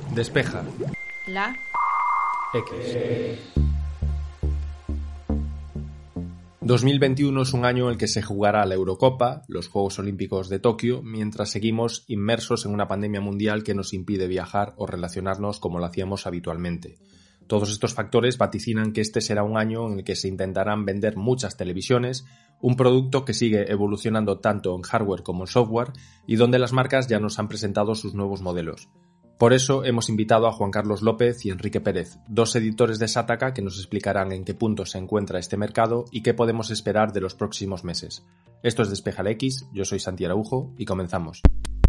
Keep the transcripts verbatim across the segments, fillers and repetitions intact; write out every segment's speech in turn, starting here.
Despeja. La. X. dos mil veintiuno es un año en el que se jugará la Eurocopa, los Juegos Olímpicos de Tokio, mientras seguimos inmersos en una pandemia mundial que nos impide viajar o relacionarnos como lo hacíamos habitualmente. Todos estos factores vaticinan que este será un año en el que se intentarán vender muchas televisiones, un producto que sigue evolucionando tanto en hardware como en software y donde las marcas ya nos han presentado sus nuevos modelos. Por eso hemos invitado a Juan Carlos López y Enrique Pérez, dos editores de Sataka que nos explicarán en qué punto se encuentra este mercado y qué podemos esperar de los próximos meses. Esto es Despeja la X, yo soy Santi Araujo y comenzamos.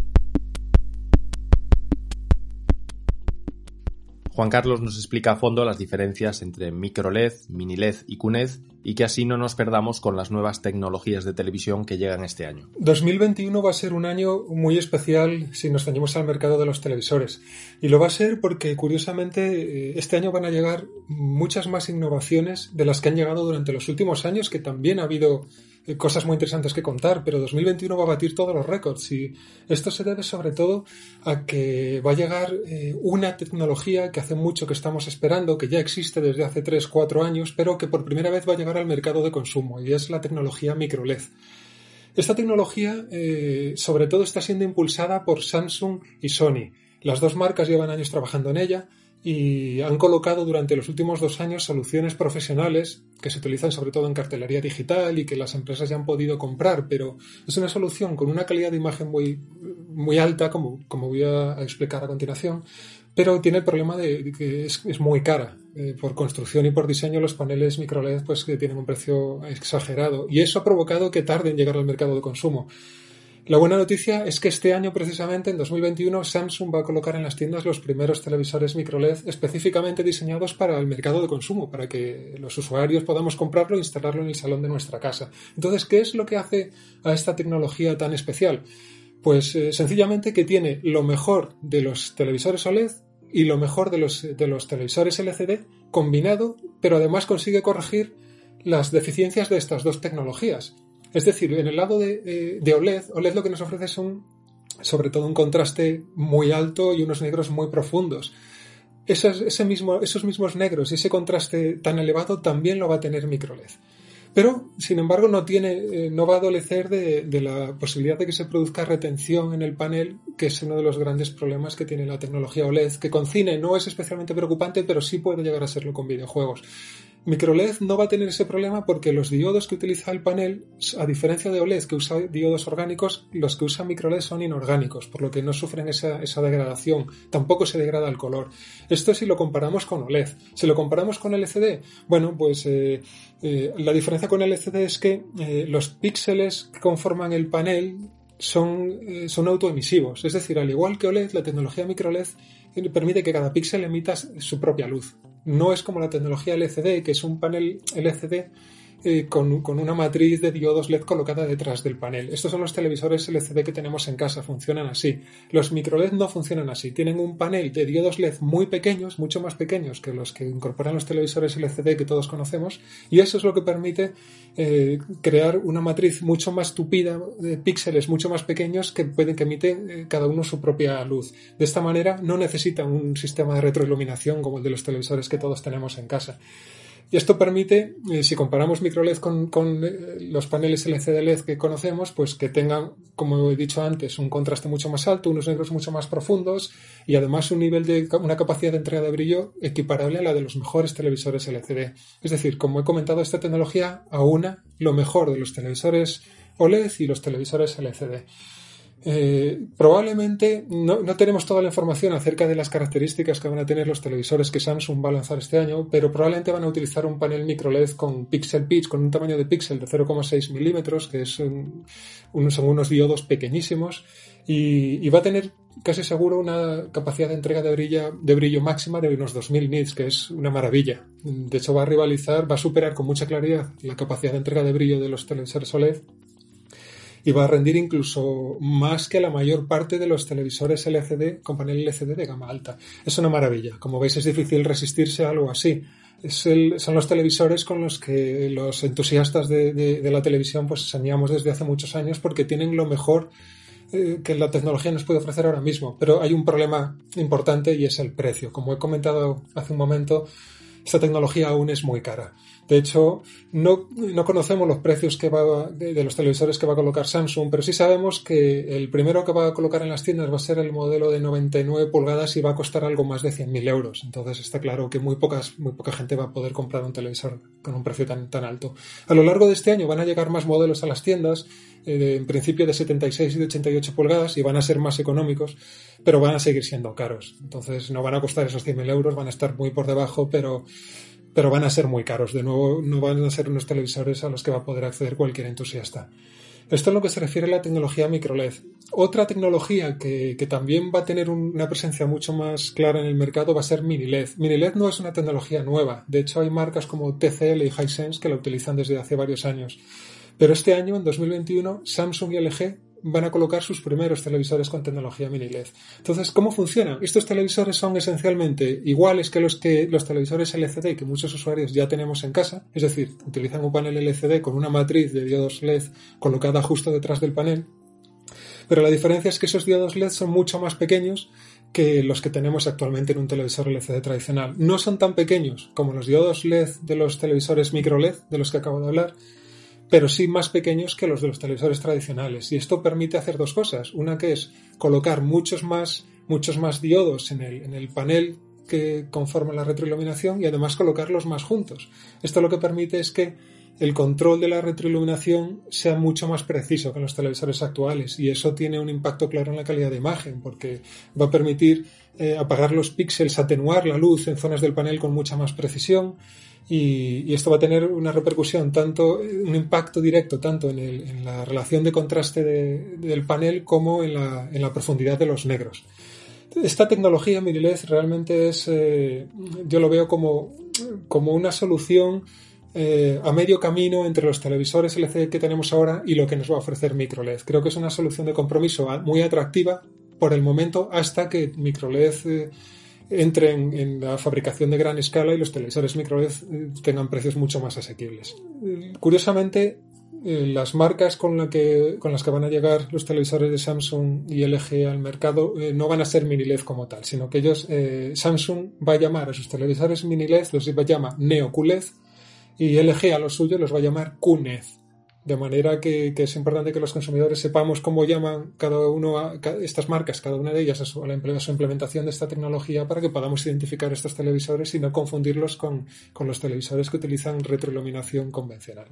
Juan Carlos nos explica a fondo las diferencias entre microLED, miniLED y Q N E D y que así no nos perdamos con las nuevas tecnologías de televisión que llegan este año. dos mil veintiuno va a ser un año muy especial si nos ceñimos al mercado de los televisores. Y lo va a ser porque, curiosamente, este año van a llegar muchas más innovaciones de las que han llegado durante los últimos años, que también ha habido cosas muy interesantes que contar, pero dos mil veintiuno va a batir todos los récords y esto se debe sobre todo a que va a llegar eh, una tecnología que hace mucho que estamos esperando, que ya existe desde hace tres cuatro años, pero que por primera vez va a llegar al mercado de consumo y es la tecnología microLED. Esta tecnología eh, sobre todo está siendo impulsada por Samsung y Sony. Las dos marcas llevan años trabajando en ella y han colocado durante los últimos dos años soluciones profesionales que se utilizan sobre todo en cartelería digital y que las empresas ya han podido comprar, pero es una solución con una calidad de imagen muy, muy alta, como, como voy a explicar a continuación, pero tiene el problema de que es, es muy cara. Eh, por construcción y por diseño los paneles microLED pues, que tienen un precio exagerado y eso ha provocado que tarde en llegar al mercado de consumo. La buena noticia es que este año, precisamente, en dos mil veintiuno, Samsung va a colocar en las tiendas los primeros televisores microLED específicamente diseñados para el mercado de consumo, para que los usuarios podamos comprarlo e instalarlo en el salón de nuestra casa. Entonces, ¿qué es lo que hace a esta tecnología tan especial? Pues eh, sencillamente que tiene lo mejor de los televisores O L E D y lo mejor de los, de los televisores L C D combinado, pero además consigue corregir las deficiencias de estas dos tecnologías. Es decir, en el lado de, eh, de O L E D, O L E D lo que nos ofrece es un, sobre todo un contraste muy alto y unos negros muy profundos. Esos, ese mismo, esos mismos negros y ese contraste tan elevado también lo va a tener microLED. Pero, sin embargo, no tiene, eh, no va a adolecer de, de la posibilidad de que se produzca retención en el panel, que es uno de los grandes problemas que tiene la tecnología O L E D, que con cine no es especialmente preocupante, pero sí puede llegar a serlo con videojuegos. microLED no va a tener ese problema porque los diodos que utiliza el panel, a diferencia de O L E D que usa diodos orgánicos, los que usa microLED son inorgánicos, por lo que no sufren esa, esa degradación, tampoco se degrada el color. Esto si lo comparamos con O L E D. Si lo comparamos con L C D, bueno, pues eh, eh, la diferencia con L C D es que eh, los píxeles que conforman el panel son, eh, son autoemisivos, es decir, al igual que O L E D, la tecnología microLED permite que cada píxel emita su propia luz. No es como la tecnología L C D, que es un panel L C D eh, con, con una matriz de diodos L E D colocada detrás del panel. Estos son los televisores L C D que tenemos en casa, funcionan así. Los microLED no funcionan así. Tienen un panel de diodos L E D muy pequeños, mucho más pequeños que los que incorporan los televisores L C D que todos conocemos, y eso es lo que permite eh, crear una matriz mucho más tupida de píxeles mucho más pequeños que pueden que emiten eh, cada uno su propia luz. De esta manera no necesitan un sistema de retroiluminación como el de los televisores que todos tenemos en casa. Y esto permite, eh, si comparamos microLED con, con eh, los paneles L C D L E D que conocemos, pues que tengan, como he dicho antes, un contraste mucho más alto, unos negros mucho más profundos y además un nivel de una capacidad de entrega de brillo equiparable a la de los mejores televisores L C D. Es decir, como he comentado, esta tecnología aúna lo mejor de los televisores O L E D y los televisores L C D. Eh, probablemente no, no tenemos toda la información acerca de las características que van a tener los televisores que Samsung va a lanzar este año, pero probablemente van a utilizar un panel microLED con pixel pitch, con un tamaño de píxel de cero coma seis milímetros, que es un, un, son unos diodos pequeñísimos, y, y va a tener casi seguro una capacidad de entrega de brillo, de brillo máxima de unos dos mil nits, que es una maravilla. De hecho, va a rivalizar, va a superar con mucha claridad la capacidad de entrega de brillo de los televisores O L E D y va a rendir incluso más que la mayor parte de los televisores L C D con panel L C D de gama alta. Es una maravilla. Como veis, es difícil resistirse a algo así. Es el, son los televisores con los que los entusiastas de, de, de la televisión pues soñamos desde hace muchos años porque tienen lo mejor eh, que la tecnología nos puede ofrecer ahora mismo, pero hay un problema importante y es el precio. Como he comentado hace un momento, esta tecnología aún es muy cara. De hecho, no, no conocemos los precios que va, de, de los televisores que va a colocar Samsung, pero sí sabemos que el primero que va a colocar en las tiendas va a ser el modelo de noventa y nueve pulgadas y va a costar algo más de cien mil euros. Entonces está claro que muy, pocas, muy poca gente va a poder comprar un televisor con un precio tan, tan alto. A lo largo de este año van a llegar más modelos a las tiendas, eh, de, en principio de setenta y seis y de ochenta y ocho pulgadas, y van a ser más económicos, pero van a seguir siendo caros. Entonces no van a costar esos cien mil euros, van a estar muy por debajo, pero... pero van a ser muy caros. De nuevo, no van a ser unos televisores a los que va a poder acceder cualquier entusiasta. Esto es lo que se refiere a la tecnología micro L E D. Otra tecnología que, que también va a tener una presencia mucho más clara en el mercado va a ser mini L E D. Mini L E D no es una tecnología nueva. De hecho, hay marcas como T C L y Hisense que la utilizan desde hace varios años. Pero este año, en dos mil veintiuno, Samsung y L G van a colocar sus primeros televisores con tecnología mini L E D. Entonces, ¿cómo funcionan? Estos televisores son esencialmente iguales que los que los televisores L C D que muchos usuarios ya tenemos en casa, es decir, utilizan un panel L C D con una matriz de diodos L E D colocada justo detrás del panel, pero la diferencia es que esos diodos L E D son mucho más pequeños que los que tenemos actualmente en un televisor L C D tradicional. No son tan pequeños como los diodos L E D de los televisores micro L E D de los que acabo de hablar, pero sí más pequeños que los de los televisores tradicionales. Y esto permite hacer dos cosas. Una que es colocar muchos más, muchos más diodos en el, en el panel que conforman la retroiluminación y además colocarlos más juntos. Esto lo que permite es que el control de la retroiluminación sea mucho más preciso que en los televisores actuales, y eso tiene un impacto claro en la calidad de imagen, porque va a permitir eh, apagar los píxeles, atenuar la luz en zonas del panel con mucha más precisión. Y, y esto va a tener una repercusión, tanto un impacto directo tanto en, el, en la relación de contraste de, del panel como en la, en la profundidad de los negros. Esta tecnología mini L E D realmente es, eh, yo lo veo como, como una solución eh, a medio camino entre los televisores L C D que tenemos ahora y lo que nos va a ofrecer micro L E D. Creo que es una solución de compromiso muy atractiva por el momento hasta que micro L E D eh, entre en, en la fabricación de gran escala y los televisores micro L E D tengan precios mucho más asequibles. Curiosamente, eh, las marcas con, la que, con las que van a llegar los televisores de Samsung y L G al mercado eh, no van a ser mini L E D como tal, sino que ellos, eh, Samsung va a llamar a sus televisores mini L E D, los va a llamar Neo Q L E D, y L G a los suyos los va a llamar Q N E D. De manera que, que es importante que los consumidores sepamos cómo llaman cada uno a estas marcas, cada una de ellas a su, a la, a su implementación de esta tecnología, para que podamos identificar estos televisores y no confundirlos con, con los televisores que utilizan retroiluminación convencional.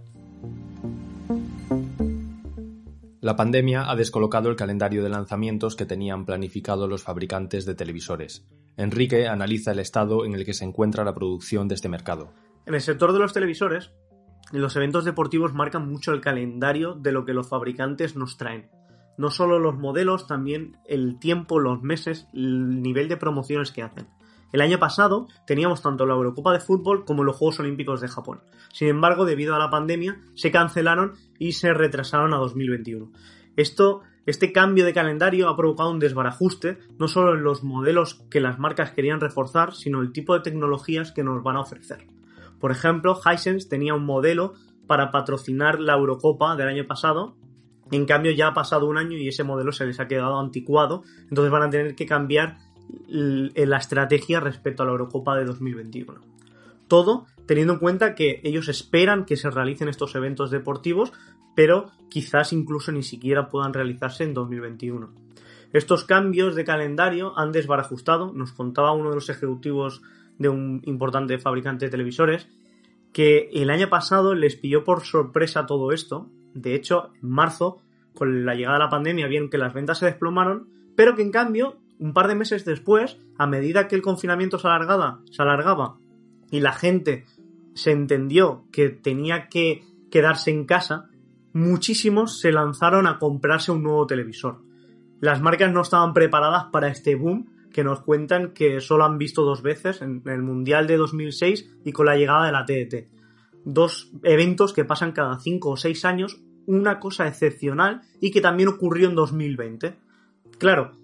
La pandemia ha descolocado el calendario de lanzamientos que tenían planificado los fabricantes de televisores. Enrique analiza el estado en el que se encuentra la producción de este mercado. En el sector de los televisores, los eventos deportivos marcan mucho el calendario de lo que los fabricantes nos traen. No solo los modelos, también el tiempo, los meses, el nivel de promociones que hacen. El año pasado teníamos tanto la Eurocopa de fútbol como los Juegos Olímpicos de Japón. Sin embargo, debido a la pandemia, se cancelaron y se retrasaron a dos mil veintiuno. Esto, este cambio de calendario ha provocado un desbarajuste, no solo en los modelos que las marcas querían reforzar, sino el tipo de tecnologías que nos van a ofrecer. Por ejemplo, Hisense tenía un modelo para patrocinar la Eurocopa del año pasado. En cambio, ya ha pasado un año y ese modelo se les ha quedado anticuado. Entonces van a tener que cambiar la estrategia respecto a la Eurocopa de dos mil veintiuno. Todo teniendo en cuenta que ellos esperan que se realicen estos eventos deportivos, pero quizás incluso ni siquiera puedan realizarse en dos mil veintiuno. Estos cambios de calendario han desbarajustado. Nos contaba uno de los ejecutivos de un importante fabricante de televisores, que el año pasado les pilló por sorpresa todo esto. De hecho, en marzo, con la llegada de la pandemia, vieron que las ventas se desplomaron, pero que en cambio, un par de meses después, a medida que el confinamiento se alargaba, se alargaba y la gente se entendió que tenía que quedarse en casa, muchísimos se lanzaron a comprarse un nuevo televisor. Las marcas no estaban preparadas para este boom, que nos cuentan que solo han visto dos veces, en el Mundial de dos mil seis y con la llegada de la T D T. Dos eventos que pasan cada cinco o seis años, una cosa excepcional y que también ocurrió en dos mil veinte. Claro,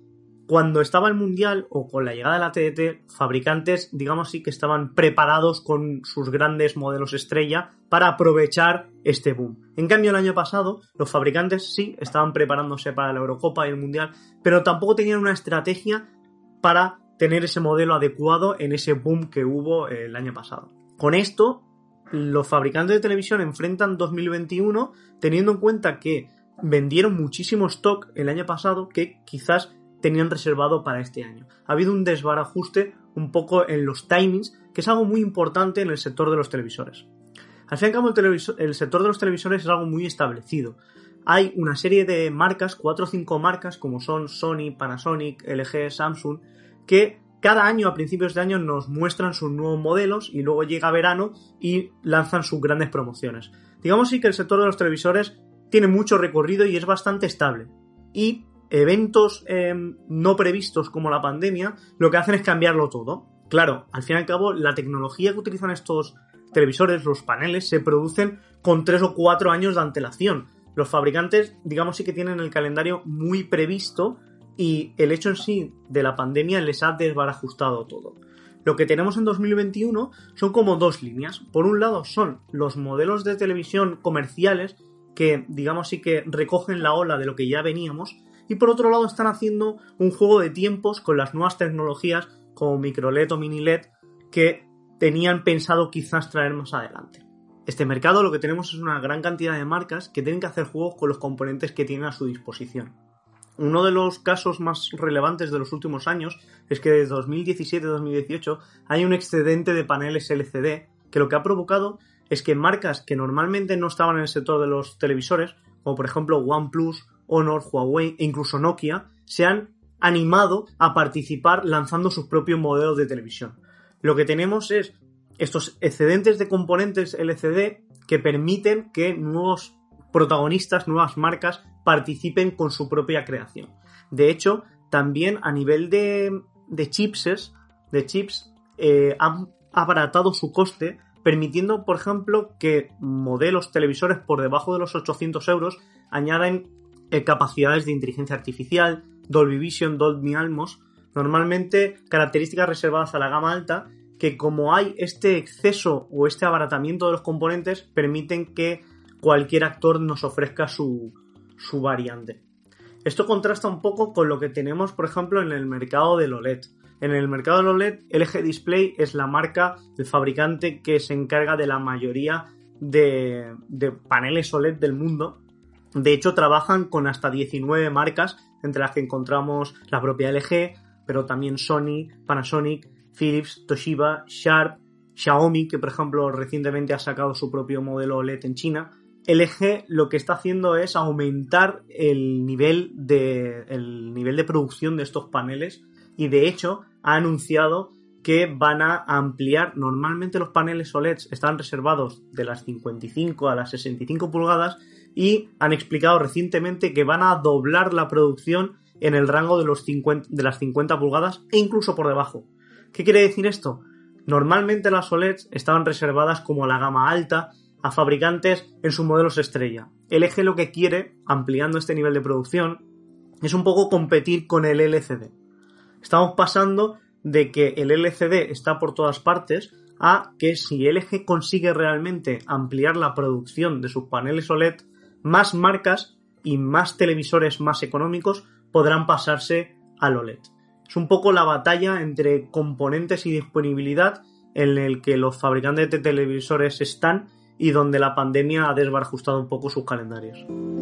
cuando estaba el Mundial o con la llegada de la T D T, fabricantes, digamos así, que estaban preparados con sus grandes modelos estrella para aprovechar este boom. En cambio, el año pasado, los fabricantes sí estaban preparándose para la Eurocopa y el Mundial, pero tampoco tenían una estrategia para tener ese modelo adecuado en ese boom que hubo el año pasado. Con esto, los fabricantes de televisión enfrentan dos mil veintiuno teniendo en cuenta que vendieron muchísimo stock el año pasado que quizás tenían reservado para este año. Ha habido un desbarajuste un poco en los timings, que es algo muy importante en el sector de los televisores. Al fin y al cabo, el, televisor, el sector de los televisores es algo muy establecido. Hay una serie de marcas, cuatro o cinco marcas, como son Sony, Panasonic, L G, Samsung, que cada año, a principios de año, nos muestran sus nuevos modelos y luego llega verano y lanzan sus grandes promociones. Digamos sí que el sector de los televisores tiene mucho recorrido y es bastante estable. Y eventos eh, no previstos como la pandemia lo que hacen es cambiarlo todo. Claro, al fin y al cabo la tecnología que utilizan estos televisores, los paneles, se producen con tres o cuatro años de antelación. Los fabricantes, digamos sí que tienen el calendario muy previsto y el hecho en sí de la pandemia les ha desbarajustado todo. Lo que tenemos en dos mil veintiuno son como dos líneas. Por un lado son los modelos de televisión comerciales que digamos sí que recogen la ola de lo que ya veníamos. Y por otro lado están haciendo un juego de tiempos con las nuevas tecnologías como micro L E D o mini L E D que tenían pensado quizás traer más adelante. Este mercado lo que tenemos es una gran cantidad de marcas que tienen que hacer juegos con los componentes que tienen a su disposición. Uno de los casos más relevantes de los últimos años es que desde dos mil diecisiete a dos mil dieciocho hay un excedente de paneles L C D que lo que ha provocado es que marcas que normalmente no estaban en el sector de los televisores, como por ejemplo OnePlus, Honor, Huawei e incluso Nokia, se han animado a participar lanzando sus propios modelos de televisión. Lo que tenemos es estos excedentes de componentes L C D que permiten que nuevos protagonistas, nuevas marcas participen con su propia creación. De hecho, también a nivel de, de chips, de chips eh, han abaratado su coste, permitiendo, por ejemplo, que modelos televisores por debajo de los ochocientos euros añadan eh, capacidades de inteligencia artificial, Dolby Vision, Dolby Atmos, normalmente características reservadas a la gama alta, que como hay este exceso o este abaratamiento de los componentes, permiten que cualquier actor nos ofrezca su, su variante. Esto contrasta un poco con lo que tenemos, por ejemplo, en el mercado del O L E D. En el mercado del O L E D, L G Display es la marca, el fabricante que se encarga de la mayoría de, de paneles O L E D del mundo. De hecho, trabajan con hasta diecinueve marcas, entre las que encontramos la propia L G, pero también Sony, Panasonic, Philips, Toshiba, Sharp, Xiaomi, que por ejemplo recientemente ha sacado su propio modelo O L E D en China. L G lo que está haciendo es aumentar el nivel de, el nivel de producción de estos paneles y de hecho ha anunciado que van a ampliar. Normalmente los paneles O L E D están reservados de las cincuenta y cinco a las sesenta y cinco pulgadas y han explicado recientemente que van a doblar la producción en el rango de, los cincuenta, de las cincuenta pulgadas e incluso por debajo. ¿Qué quiere decir esto? Normalmente las O L E D estaban reservadas como la gama alta a fabricantes en sus modelos estrella. L G lo que quiere, ampliando este nivel de producción, es un poco competir con el L C D. Estamos pasando de que el L C D está por todas partes a que si L G consigue realmente ampliar la producción de sus paneles O L E D, más marcas y más televisores más económicos podrán pasarse al O L E D. Es un poco la batalla entre componentes y disponibilidad en el que los fabricantes de televisores están y donde la pandemia ha desbarajustado un poco sus calendarios.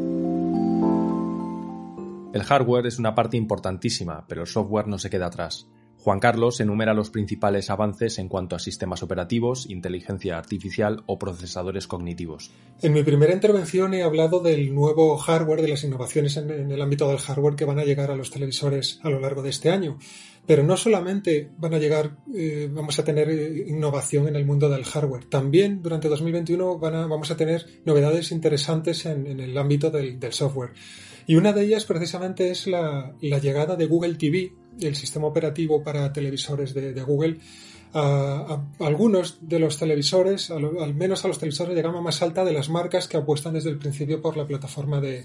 El hardware es una parte importantísima, pero el software no se queda atrás. Juan Carlos enumera los principales avances en cuanto a sistemas operativos, inteligencia artificial o procesadores cognitivos. En mi primera intervención he hablado del nuevo hardware, de las innovaciones en, en el ámbito del hardware que van a llegar a los televisores a lo largo de este año. Pero no solamente van a llegar, eh, vamos a tener innovación en el mundo del hardware. También durante dos mil veintiuno van a, vamos a tener novedades interesantes en, en el ámbito del, del software. Y una de ellas precisamente es la, la llegada de Google T V, el sistema operativo para televisores de, de Google, a, a algunos de los televisores, a lo, al menos a los televisores de gama más alta de las marcas que apuestan desde el principio por la plataforma de,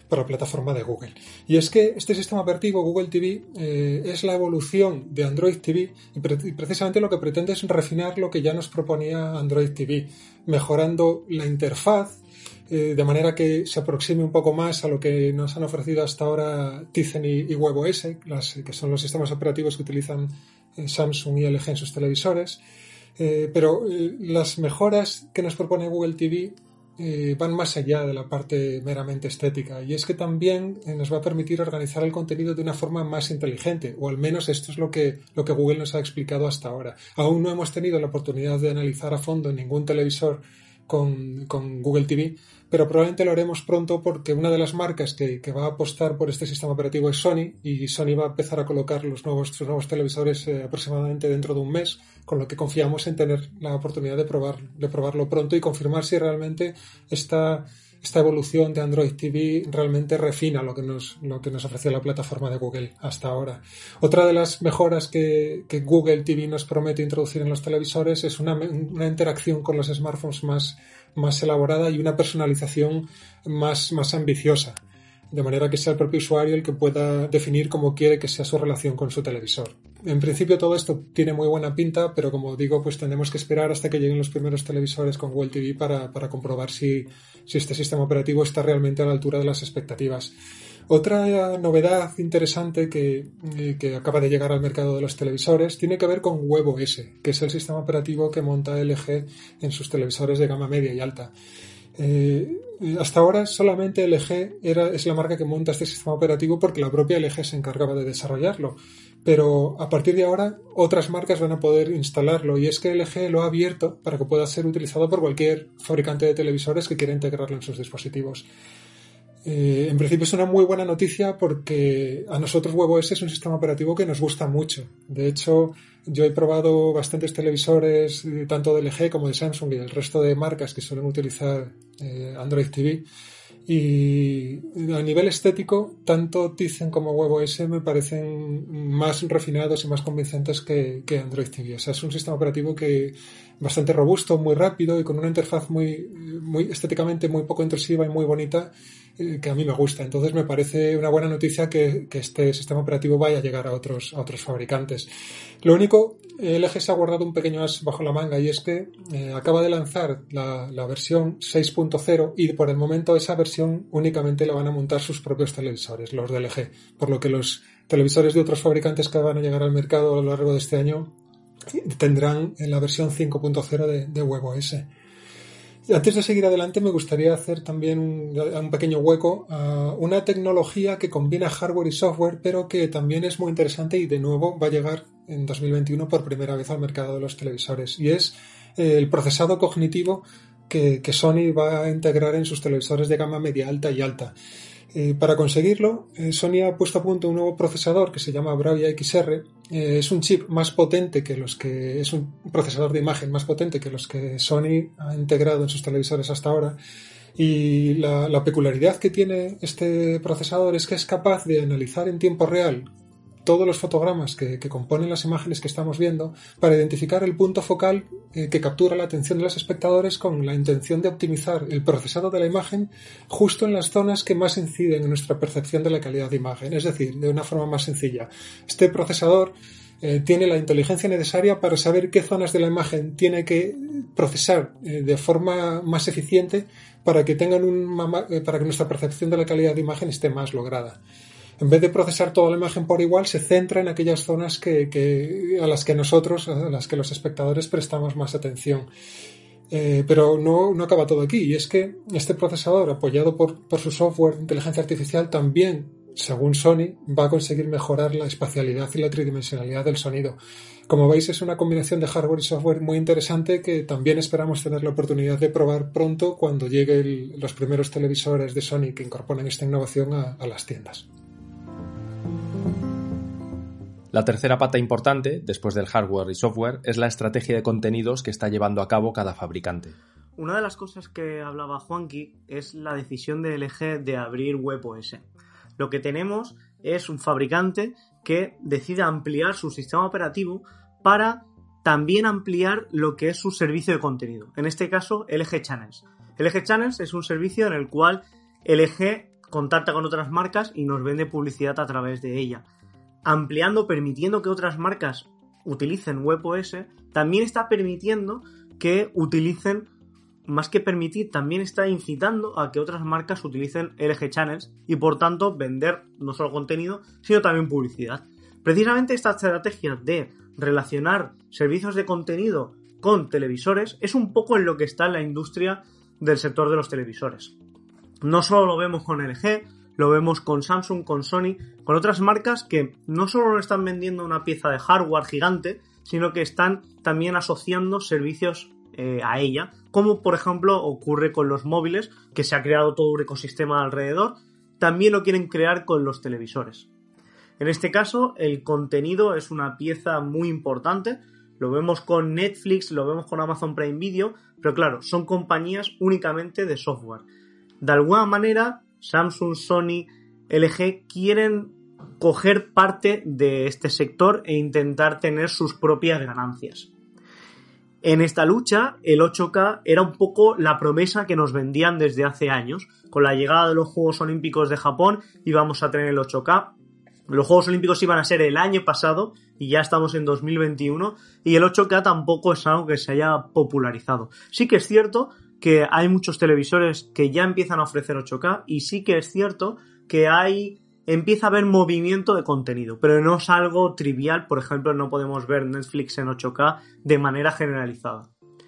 por la plataforma de Google. Y es que este sistema operativo, Google T V, eh, es la evolución de Android T V y, pre- y precisamente lo que pretende es refinar lo que ya nos proponía Android T V, mejorando la interfaz, eh, de manera que se aproxime un poco más a lo que nos han ofrecido hasta ahora Tizen y, y WebOS, las, que son los sistemas operativos que utilizan eh, Samsung y L G en sus televisores. Eh, pero eh, las mejoras que nos propone Google T V eh, van más allá de la parte meramente estética, y es que también eh, nos va a permitir organizar el contenido de una forma más inteligente, o al menos esto es lo que, lo que Google nos ha explicado hasta ahora. Aún no hemos tenido la oportunidad de analizar a fondo ningún televisor con, con Google T V, pero probablemente lo haremos pronto porque una de las marcas que, que va a apostar por este sistema operativo es Sony, y Sony va a empezar a colocar los nuevos, sus nuevos televisores eh, aproximadamente dentro de un mes, con lo que confiamos en tener la oportunidad de, probar, de probarlo pronto y confirmar si realmente esta, esta evolución de Android T V realmente refina lo que nos, lo que nos ofrecía la plataforma de Google hasta ahora. Otra de las mejoras que, que Google T V nos promete introducir en los televisores es una, una interacción con los smartphones más, más elaborada y una personalización más, más ambiciosa, de manera que sea el propio usuario el que pueda definir cómo quiere que sea su relación con su televisor. En principio todo esto tiene muy buena pinta, pero como digo, pues tendremos que esperar hasta que lleguen los primeros televisores con Google T V para, para comprobar si, si este sistema operativo está realmente a la altura de las expectativas. Otra novedad interesante que, eh, que acaba de llegar al mercado de los televisores tiene que ver con WebOS, que es el sistema operativo que monta L G en sus televisores de gama media y alta. Eh, hasta ahora solamente L G era, es la marca que monta este sistema operativo porque la propia L G se encargaba de desarrollarlo, pero a partir de ahora otras marcas van a poder instalarlo, y es que L G lo ha abierto para que pueda ser utilizado por cualquier fabricante de televisores que quiera integrarlo en sus dispositivos. Eh, en principio es una muy buena noticia porque a nosotros WebOS es un sistema operativo que nos gusta mucho. De hecho, yo he probado bastantes televisores, eh, tanto de L G como de Samsung y del resto de marcas que suelen utilizar eh, Android T V. Y a nivel estético, tanto Tizen como WebOS me parecen más refinados y más convincentes que, que Android T V. O sea, es un sistema operativo que bastante robusto, muy rápido y con una interfaz muy, muy estéticamente muy poco intrusiva y muy bonita, eh, que a mí me gusta. Entonces me parece una buena noticia que, que este sistema operativo vaya a llegar a otros, a otros fabricantes. Lo único, L G se ha guardado un pequeño as bajo la manga, y es que eh, acaba de lanzar la, la versión seis punto cero y por el momento esa versión únicamente la van a montar sus propios televisores, los de L G, por lo que los televisores de otros fabricantes que van a llegar al mercado a lo largo de este año tendrán en la versión cinco punto cero de, de WebOS. Antes de seguir adelante me gustaría hacer también un, un pequeño hueco a una tecnología que combina hardware y software, pero que también es muy interesante y de nuevo va a llegar en dos mil veintiuno por primera vez al mercado de los televisores, y es el procesado cognitivo que, que Sony va a integrar en sus televisores de gama media alta y alta. Eh, para conseguirlo, eh, Sony ha puesto a punto un nuevo procesador que se llama Bravia X R. Eh, es un chip más potente que los que, es un procesador de imagen más potente que los que Sony ha integrado en sus televisores hasta ahora. Y la, la peculiaridad que tiene este procesador es que es capaz de analizar en tiempo real todos los fotogramas que, que componen las imágenes que estamos viendo para identificar el punto focal eh, que captura la atención de los espectadores, con la intención de optimizar el procesado de la imagen justo en las zonas que más inciden en nuestra percepción de la calidad de imagen, es decir, de una forma más sencilla. Este procesador eh, tiene la inteligencia necesaria para saber qué zonas de la imagen tiene que procesar eh, de forma más eficiente para que tengan un, eh, para que nuestra percepción de la calidad de imagen esté más lograda. En vez de procesar toda la imagen por igual, se centra en aquellas zonas que, que, a las que nosotros, a las que los espectadores prestamos más atención. Eh, pero no, no acaba todo aquí, y es que este procesador, apoyado por, por su software de inteligencia artificial, también, según Sony, va a conseguir mejorar la espacialidad y la tridimensionalidad del sonido. Como veis, es una combinación de hardware y software muy interesante que también esperamos tener la oportunidad de probar pronto cuando lleguen los primeros televisores de Sony que incorporen esta innovación a, a las tiendas. La tercera pata importante, después del hardware y software, es la estrategia de contenidos que está llevando a cabo cada fabricante. Una de las cosas que hablaba Juanqui es la decisión de L G de abrir WebOS. Lo que tenemos es un fabricante que decide ampliar su sistema operativo para también ampliar lo que es su servicio de contenido. En este caso, L G Channels. L G Channels es un servicio en el cual L G contacta con otras marcas y nos vende publicidad a través de ella. Ampliando, permitiendo que otras marcas utilicen WebOS, también está permitiendo que utilicen, más que permitir, también está incitando a que otras marcas utilicen L G Channels y por tanto vender no solo contenido, sino también publicidad. Precisamente esta estrategia de relacionar servicios de contenido con televisores es un poco en lo que está en la industria del sector de los televisores. No solo lo vemos con L G, lo vemos con Samsung, con Sony, con otras marcas que no solo están vendiendo una pieza de hardware gigante, sino que están también asociando servicios eh, a ella, como por ejemplo ocurre con los móviles, que se ha creado todo un ecosistema alrededor, también lo quieren crear con los televisores. En este caso, el contenido es una pieza muy importante. Lo vemos con Netflix, lo vemos con Amazon Prime Video, pero claro, son compañías únicamente de software. De alguna manera, Samsung, Sony, L G quieren coger parte de este sector e intentar tener sus propias ganancias. En esta lucha, el ocho K era un poco la promesa que nos vendían desde hace años. Con la llegada de los Juegos Olímpicos de Japón íbamos a tener el ocho K. Los Juegos Olímpicos iban a ser el año pasado y ya estamos en dos mil veintiuno y el ocho K tampoco es algo que se haya popularizado. Sí que es cierto que hay muchos televisores que ya empiezan a ofrecer ocho K y sí que es cierto que hay empieza a haber movimiento de contenido, pero no es algo trivial. Por ejemplo, no podemos ver Netflix en ocho K de manera generalizada.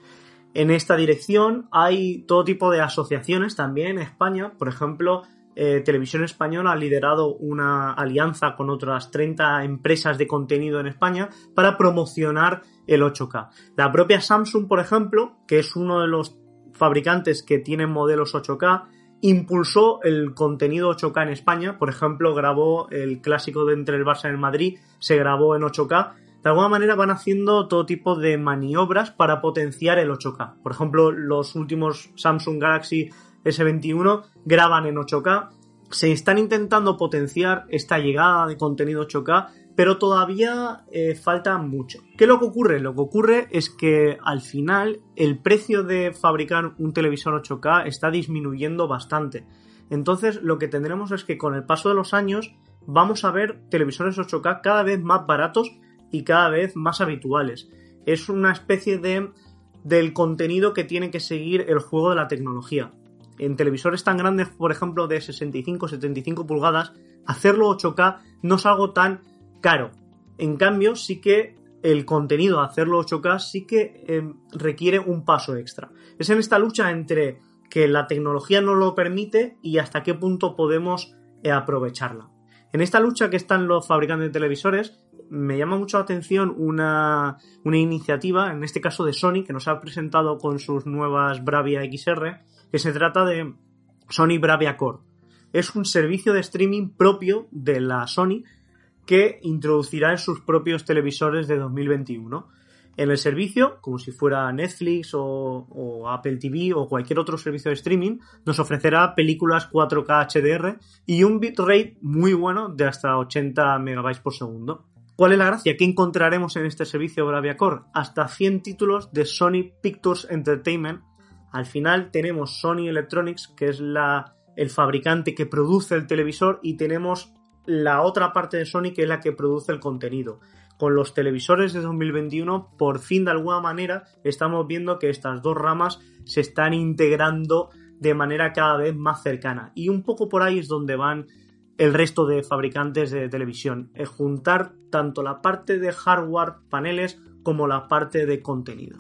En esta dirección hay todo tipo de asociaciones también en España. Por ejemplo, Eh, Televisión Española ha liderado una alianza con otras treinta empresas de contenido en España para promocionar el ocho K. La propia Samsung, por ejemplo, que es uno de los fabricantes que tienen modelos ocho K, impulsó el contenido ocho K en España. Por ejemplo, grabó el clásico de entre el Barça y el Madrid, se grabó en ocho K. De alguna manera van haciendo todo tipo de maniobras para potenciar el ocho K. Por ejemplo, los últimos Samsung Galaxy ese veintiuno graban en ocho K. Se están intentando potenciar esta llegada de contenido ocho K, pero todavía eh, falta mucho. ¿Qué es lo que ocurre? Lo que ocurre es que al final el precio de fabricar un televisor ocho K está disminuyendo bastante. Entonces lo que tendremos es que con el paso de los años vamos a ver televisores ocho K cada vez más baratos y cada vez más habituales. Es una especie de del contenido que tiene que seguir el juego de la tecnología. En televisores tan grandes, por ejemplo, de sesenta y cinco setenta y cinco pulgadas, hacerlo ocho K no es algo tan caro. En cambio, sí que el contenido, hacerlo ocho K, sí que eh, requiere un paso extra. Es en esta lucha entre que la tecnología no lo permite y hasta qué punto podemos eh, aprovecharla. En esta lucha que están los fabricantes de televisores, me llama mucho la atención una, una iniciativa, en este caso de Sony, que nos ha presentado con sus nuevas Bravia X R, que se trata de Sony Bravia Core. Es un servicio de streaming propio de la Sony que introducirá en sus propios televisores de dos mil veintiuno. En el servicio, como si fuera Netflix o, o Apple T V o cualquier otro servicio de streaming, nos ofrecerá películas cuatro K H D R y un bitrate muy bueno de hasta ochenta megabytes por segundo. ¿Cuál es la gracia? ¿Qué encontraremos en este servicio Bravia Core? Hasta cien títulos de Sony Pictures Entertainment. Al final tenemos Sony Electronics, que es la, el fabricante que produce el televisor, y tenemos la otra parte de Sony, que es la que produce el contenido. Con los televisores de dos mil veintiuno, por fin, de alguna manera, estamos viendo que estas dos ramas se están integrando de manera cada vez más cercana. Y un poco por ahí es donde van el resto de fabricantes de televisión. Es juntar tanto la parte de hardware, paneles, como la parte de contenido.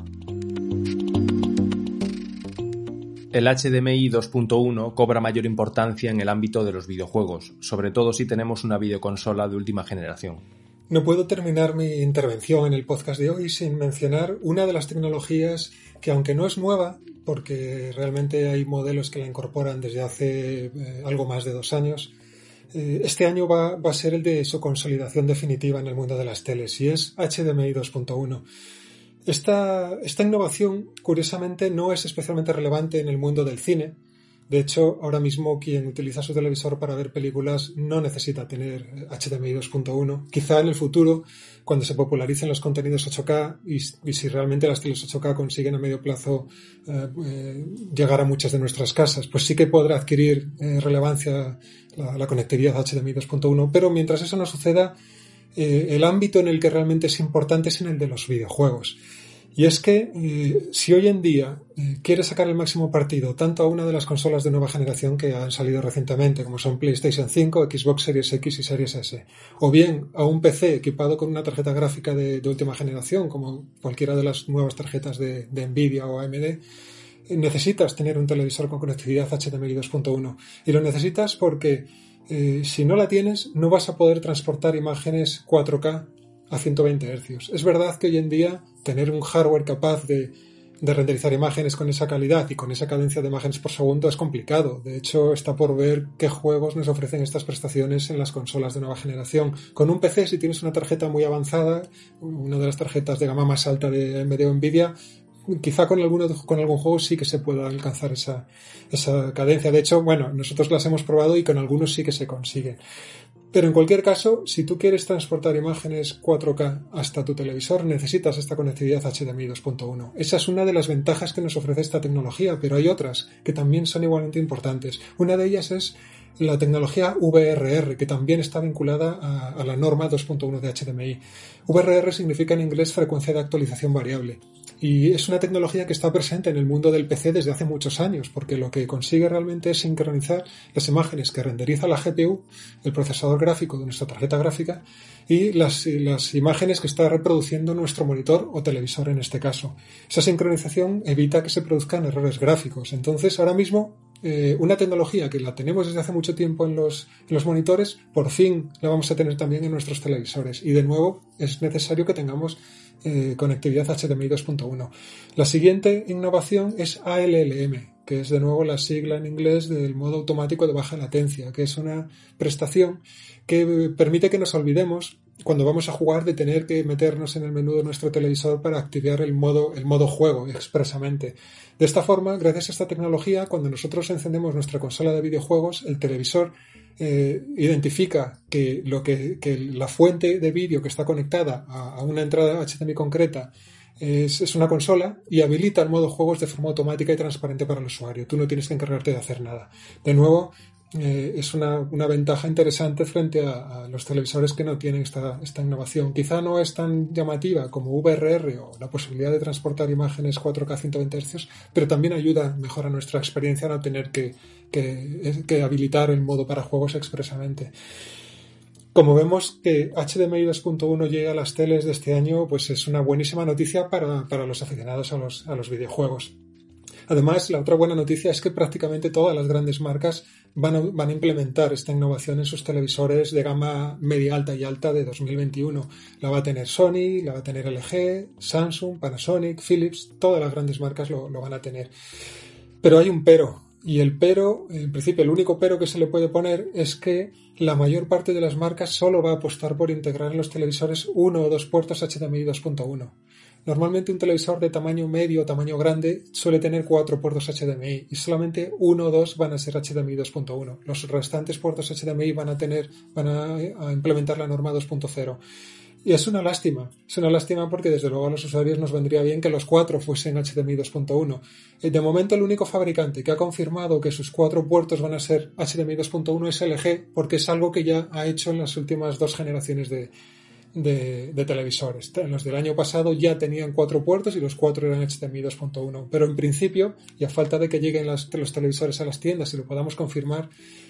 El H D M I dos punto uno cobra mayor importancia en el ámbito de los videojuegos, sobre todo si tenemos una videoconsola de última generación. No puedo terminar mi intervención en el podcast de hoy sin mencionar una de las tecnologías que, aunque no es nueva, porque realmente hay modelos que la incorporan desde hace eh, algo más de dos años, eh, este año va, va a ser el de su consolidación definitiva en el mundo de las teles, y es H D M I dos punto uno. Esta, esta innovación, curiosamente, no es especialmente relevante en el mundo del cine, De hecho, ahora mismo quien utiliza su televisor para ver películas no necesita tener H D M I dos punto uno. Quizá en el futuro, cuando se popularicen los contenidos ocho K y, y si realmente las teles ocho K consiguen a medio plazo eh, eh, llegar a muchas de nuestras casas, pues sí que podrá adquirir eh, relevancia la, la conectividad H D M I dos punto uno. Pero mientras eso no suceda, eh, el ámbito en el que realmente es importante es en el de los videojuegos. Y es que eh, si hoy en día eh, quieres sacar el máximo partido tanto a una de las consolas de nueva generación que han salido recientemente, como son PlayStation cinco, Xbox Series X y Series S, o bien a un P C equipado con una tarjeta gráfica de, de última generación, como cualquiera de las nuevas tarjetas de, de Nvidia o A M D, eh, necesitas tener un televisor con conectividad H D M I dos punto uno. Y lo necesitas porque eh, si no la tienes, no vas a poder transportar imágenes cuatro K a ciento veinte hercios. Es verdad que hoy en día tener un hardware capaz de, de renderizar imágenes con esa calidad y con esa cadencia de imágenes por segundo es complicado. De hecho, está por ver qué juegos nos ofrecen estas prestaciones en las consolas de nueva generación. Con un P C, si tienes una tarjeta muy avanzada, una de las tarjetas de gama más alta de A M D o Nvidia, quizá con, alguno, con algún juego sí que se pueda alcanzar esa, esa cadencia. De hecho, bueno, nosotros las hemos probado y con algunos sí que se consiguen. Pero en cualquier caso, si tú quieres transportar imágenes cuatro K hasta tu televisor, necesitas esta conectividad H D M I dos punto uno. Esa es una de las ventajas que nos ofrece esta tecnología, pero hay otras que también son igualmente importantes. Una de ellas es la tecnología V R R, que también está vinculada a, a la norma dos punto uno de H D M I. V R R significa en inglés frecuencia de actualización variable. Y es una tecnología que está presente en el mundo del P C desde hace muchos años, porque lo que consigue realmente es sincronizar las imágenes que renderiza la G P U, el procesador gráfico de nuestra tarjeta gráfica, y las, las imágenes que está reproduciendo nuestro monitor o televisor en este caso. Esa sincronización evita que se produzcan errores gráficos. Entonces, ahora mismo, eh, una tecnología que la tenemos desde hace mucho tiempo en los, en los monitores, por fin la vamos a tener también en nuestros televisores. Y de nuevo, es necesario que tengamos Eh, conectividad H D M I dos punto uno. La siguiente innovación es A L L M, que es de nuevo la sigla en inglés del modo automático de baja latencia, que es una prestación que permite que nos olvidemos cuando vamos a jugar de tener que meternos en el menú de nuestro televisor para activar el modo, el modo juego expresamente. De esta forma, gracias a esta tecnología, cuando nosotros encendemos nuestra consola de videojuegos, el televisor Eh, identifica que, lo que, que la fuente de vídeo que está conectada a, a una entrada H D M I concreta es, es una consola y habilita el modo juegos de forma automática y transparente para el usuario. Tú no tienes que encargarte de hacer nada. De nuevo, eh, es una, una ventaja interesante frente a, a los televisores que no tienen esta, esta innovación. Quizá no es tan llamativa como V R R o la posibilidad de transportar imágenes cuatro K a ciento veinte hercios, pero también ayuda, mejora nuestra experiencia no tener que, que, que habilitar el modo para juegos expresamente. Como vemos que H D M I dos punto uno llega a las teles de este año, pues es una buenísima noticia para, para los aficionados a los, a los videojuegos. Además, la otra buena noticia es que prácticamente todas las grandes marcas van a, van a implementar esta innovación en sus televisores de gama media alta y alta de dos mil veintiuno. La va a tener Sony, la va a tener L G, Samsung, Panasonic, Philips, todas las grandes marcas lo, lo van a tener. Pero hay un pero. Y el pero, en principio el único pero que se le puede poner es que la mayor parte de las marcas solo va a apostar por integrar en los televisores uno o dos puertos H D M I dos punto uno. Normalmente un televisor de tamaño medio o tamaño grande suele tener cuatro puertos H D M I y solamente uno o dos van a ser H D M I dos punto uno. Los restantes puertos H D M I van a tener, van a, a implementar la norma dos punto cero. Y es una lástima, es una lástima porque desde luego a los usuarios nos vendría bien que los cuatro fuesen H D M I dos punto uno. De momento el único fabricante que ha confirmado que sus cuatro puertos van a ser H D M I dos punto uno es L G, porque es algo que ya ha hecho en las últimas dos generaciones de, de, de televisores. En los del año pasado ya tenían cuatro puertos y los cuatro eran H D M I dos punto uno. Pero en principio, y a falta de que lleguen las, los televisores a las tiendas y lo podamos confirmar,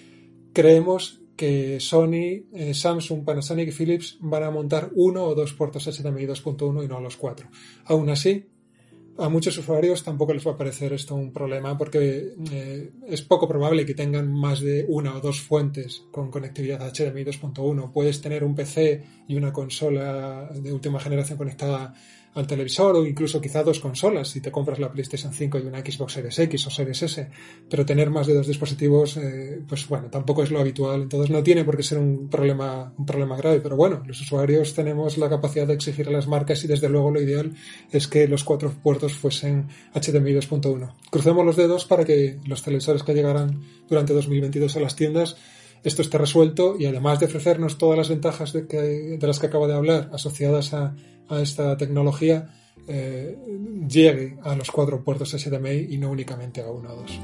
creemos que Sony, eh, Samsung, Panasonic y Philips van a montar uno o dos puertos H D M I dos punto uno y no los cuatro. Aún así, a muchos usuarios tampoco les va a parecer esto un problema porque eh, es poco probable que tengan más de una o dos fuentes con conectividad H D M I dos punto uno. Puedes tener un P C y una consola de última generación conectada al televisor, o incluso quizá dos consolas si te compras la PlayStation cinco y una Xbox Series X o Series S, pero tener más de dos dispositivos, eh, pues bueno, tampoco es lo habitual, entonces no tiene por qué ser un problema, un problema grave, pero bueno, los usuarios tenemos la capacidad de exigir a las marcas y desde luego lo ideal es que los cuatro puertos fuesen H D M I dos punto uno. Crucemos los dedos para que los televisores que llegaran durante dos mil veintidós a las tiendas esto esté resuelto y además de ofrecernos todas las ventajas de, que, de las que acabo de hablar asociadas a, a esta tecnología, eh, llegue a los cuatro puertos H D M I y no únicamente a uno o dos.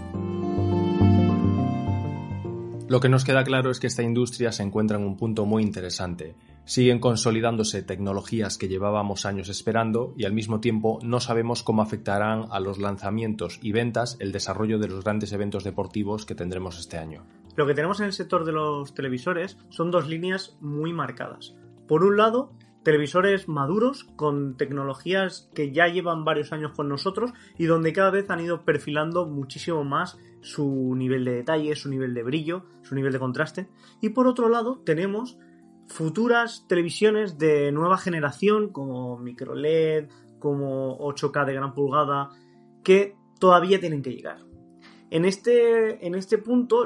Lo que nos queda claro es que esta industria se encuentra en un punto muy interesante. Siguen consolidándose tecnologías que llevábamos años esperando y al mismo tiempo no sabemos cómo afectarán a los lanzamientos y ventas el desarrollo de los grandes eventos deportivos que tendremos este año. Lo que tenemos en el sector de los televisores son dos líneas muy marcadas. Por un lado, televisores maduros con tecnologías que ya llevan varios años con nosotros y donde cada vez han ido perfilando muchísimo más su nivel de detalle, su nivel de brillo, su nivel de contraste. Y por otro lado, tenemos futuras televisiones de nueva generación como micro L E D, como ocho K de gran pulgada, que todavía tienen que llegar. En este, en este punto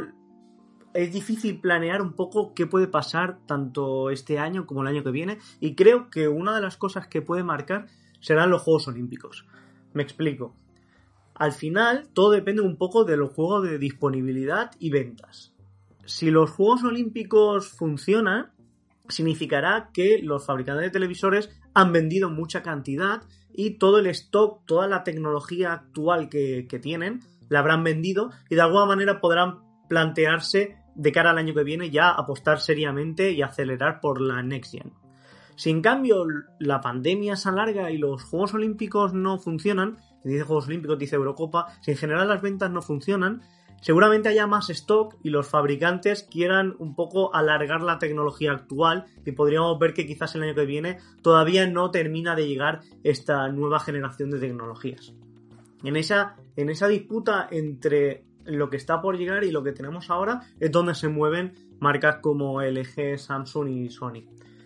es difícil planear un poco qué puede pasar tanto este año como el año que viene, y creo que una de las cosas que puede marcar serán los Juegos Olímpicos. Me explico. Al final, todo depende un poco de los juegos de disponibilidad y ventas. Si los Juegos Olímpicos funcionan, significará que los fabricantes de televisores han vendido mucha cantidad y todo el stock, toda la tecnología actual que, que tienen, la habrán vendido y de alguna manera podrán plantearse de cara al año que viene ya apostar seriamente y acelerar por la Next Gen. Si en cambio la pandemia se alarga y los Juegos Olímpicos no funcionan, si dice Juegos Olímpicos, dice Eurocopa, si en general las ventas no funcionan, seguramente haya más stock y los fabricantes quieran un poco alargar la tecnología actual y podríamos ver que quizás el año que viene todavía no termina de llegar esta nueva generación de tecnologías. En esa, en esa disputa entre lo que está por llegar y lo que tenemos ahora es donde se mueven marcas como L G, Samsung y Sony.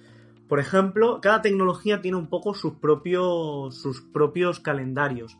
Por ejemplo, cada tecnología tiene un poco sus propios, sus propios calendarios.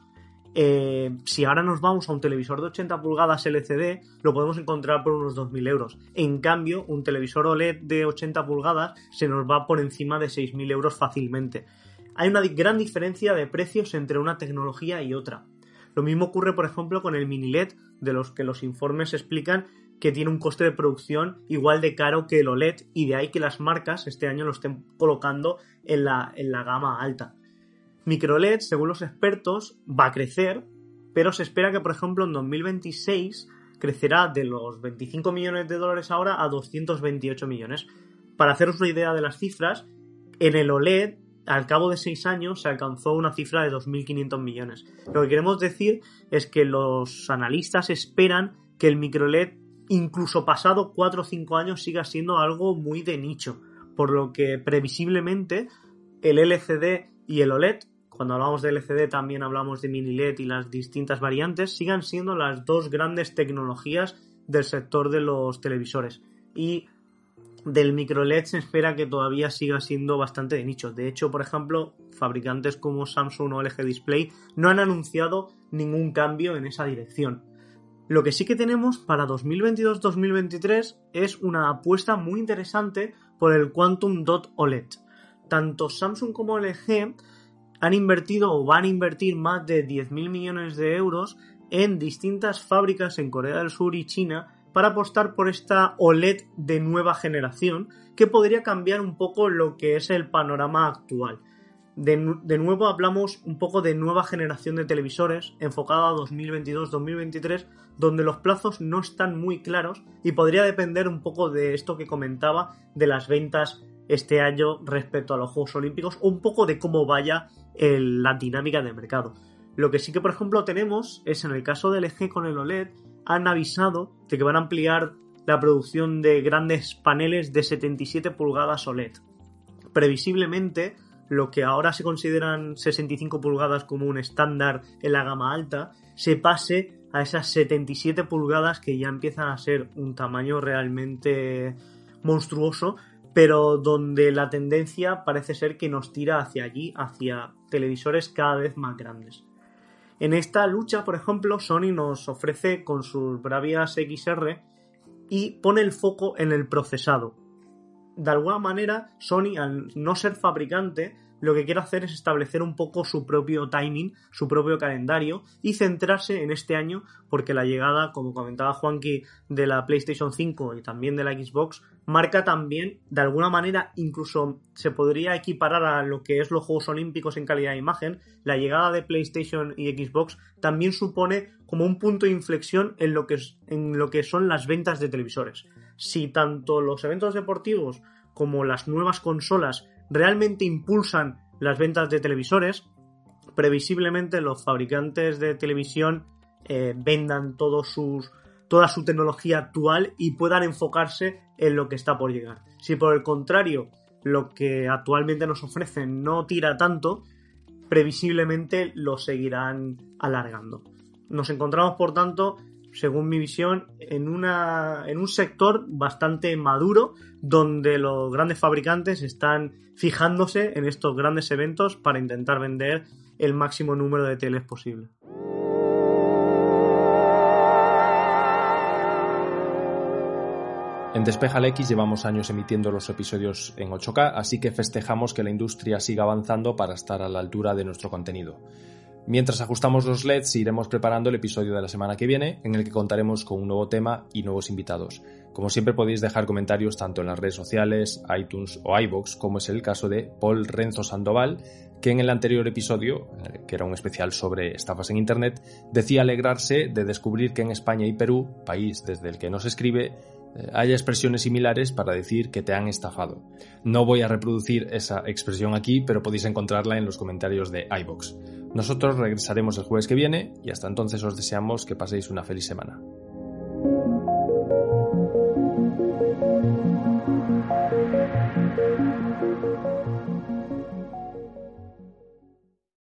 Eh, si ahora nos vamos a un televisor de ochenta pulgadas L C D, lo podemos encontrar por unos dos mil euros. En cambio, un televisor O L E D de ochenta pulgadas se nos va por encima de seis mil euros fácilmente. Hay una gran diferencia de precios entre una tecnología y otra. Lo mismo ocurre, por ejemplo, con el mini L E D, de los que los informes explican que tiene un coste de producción igual de caro que el O L E D, y de ahí que las marcas este año lo estén colocando en la, en la gama alta. Micro L E D, según los expertos, va a crecer, pero se espera que, por ejemplo, en dos mil veintiséis crecerá de los veinticinco millones de dólares ahora a doscientos veintiocho millones. Para haceros una idea de las cifras, en el O L E D, al cabo de seis años, se alcanzó una cifra de dos mil quinientos millones. Lo que queremos decir es que los analistas esperan que el micro L E D, incluso pasado cuatro o cinco años, siga siendo algo muy de nicho, por lo que previsiblemente el L C D y el O L E D, cuando hablamos de L C D también hablamos de mini L E D y las distintas variantes, sigan siendo las dos grandes tecnologías del sector de los televisores. Y del micro L E D se espera que todavía siga siendo bastante de nicho. De hecho, por ejemplo, fabricantes como Samsung o L G Display no han anunciado ningún cambio en esa dirección. Lo que sí que tenemos para dos mil veintidós dos mil veintitrés es una apuesta muy interesante por el Quantum Dot O L E D. Tanto Samsung como L G han invertido o van a invertir más de diez mil millones de euros en distintas fábricas en Corea del Sur y China para apostar por esta O L E D de nueva generación que podría cambiar un poco lo que es el panorama actual. De, de nuevo hablamos un poco de nueva generación de televisores enfocada a dos mil veintidós dos mil veintitrés, donde los plazos no están muy claros y podría depender un poco de esto que comentaba de las ventas este año respecto a los Juegos Olímpicos, o un poco de cómo vaya el, la dinámica de mercado. Lo que sí que, por ejemplo, tenemos es, en el caso de L G con el O L E D, han avisado de que van a ampliar la producción de grandes paneles de setenta y siete pulgadas O L E D. Previsiblemente, lo que ahora se consideran sesenta y cinco pulgadas como un estándar en la gama alta, se pase a esas setenta y siete pulgadas que ya empiezan a ser un tamaño realmente monstruoso, pero donde la tendencia parece ser que nos tira hacia allí, hacia televisores cada vez más grandes. En esta lucha, por ejemplo, Sony nos ofrece con sus Bravias X R y pone el foco en el procesado. De alguna manera, Sony, al no ser fabricante, lo que quiere hacer es establecer un poco su propio timing, su propio calendario y centrarse en este año, porque la llegada, como comentaba Juanqui, de la PlayStation cinco y también de la Xbox, marca también, de alguna manera, incluso se podría equiparar a lo que es los Juegos Olímpicos en calidad de imagen. La llegada de PlayStation y Xbox también supone como un punto de inflexión en lo que, es, en lo que son las ventas de televisores. Si tanto los eventos deportivos como las nuevas consolas realmente impulsan las ventas de televisores, previsiblemente los fabricantes de televisión eh, vendan todos sus, toda su tecnología actual y puedan enfocarse en lo que está por llegar. Si por el contrario lo que actualmente nos ofrecen no tira tanto, previsiblemente lo seguirán alargando. Nos encontramos, por tanto, según mi visión, en, una, en un sector bastante maduro donde los grandes fabricantes están fijándose en estos grandes eventos para intentar vender el máximo número de teles posible. En Despeja la X llevamos años emitiendo los episodios en ocho K, así que festejamos que la industria siga avanzando para estar a la altura de nuestro contenido. Mientras ajustamos los L E Ds, iremos preparando el episodio de la semana que viene, en el que contaremos con un nuevo tema y nuevos invitados. Como siempre, podéis dejar comentarios tanto en las redes sociales, iTunes o iVoox, como es el caso de Paul Renzo Sandoval, que en el anterior episodio, que era un especial sobre estafas en Internet, decía alegrarse de descubrir que en España y Perú, país desde el que nos escribe, haya expresiones similares para decir que te han estafado. No voy a reproducir esa expresión aquí, pero podéis encontrarla en los comentarios de iVoox. Nosotros regresaremos el jueves que viene y hasta entonces os deseamos que paséis una feliz semana.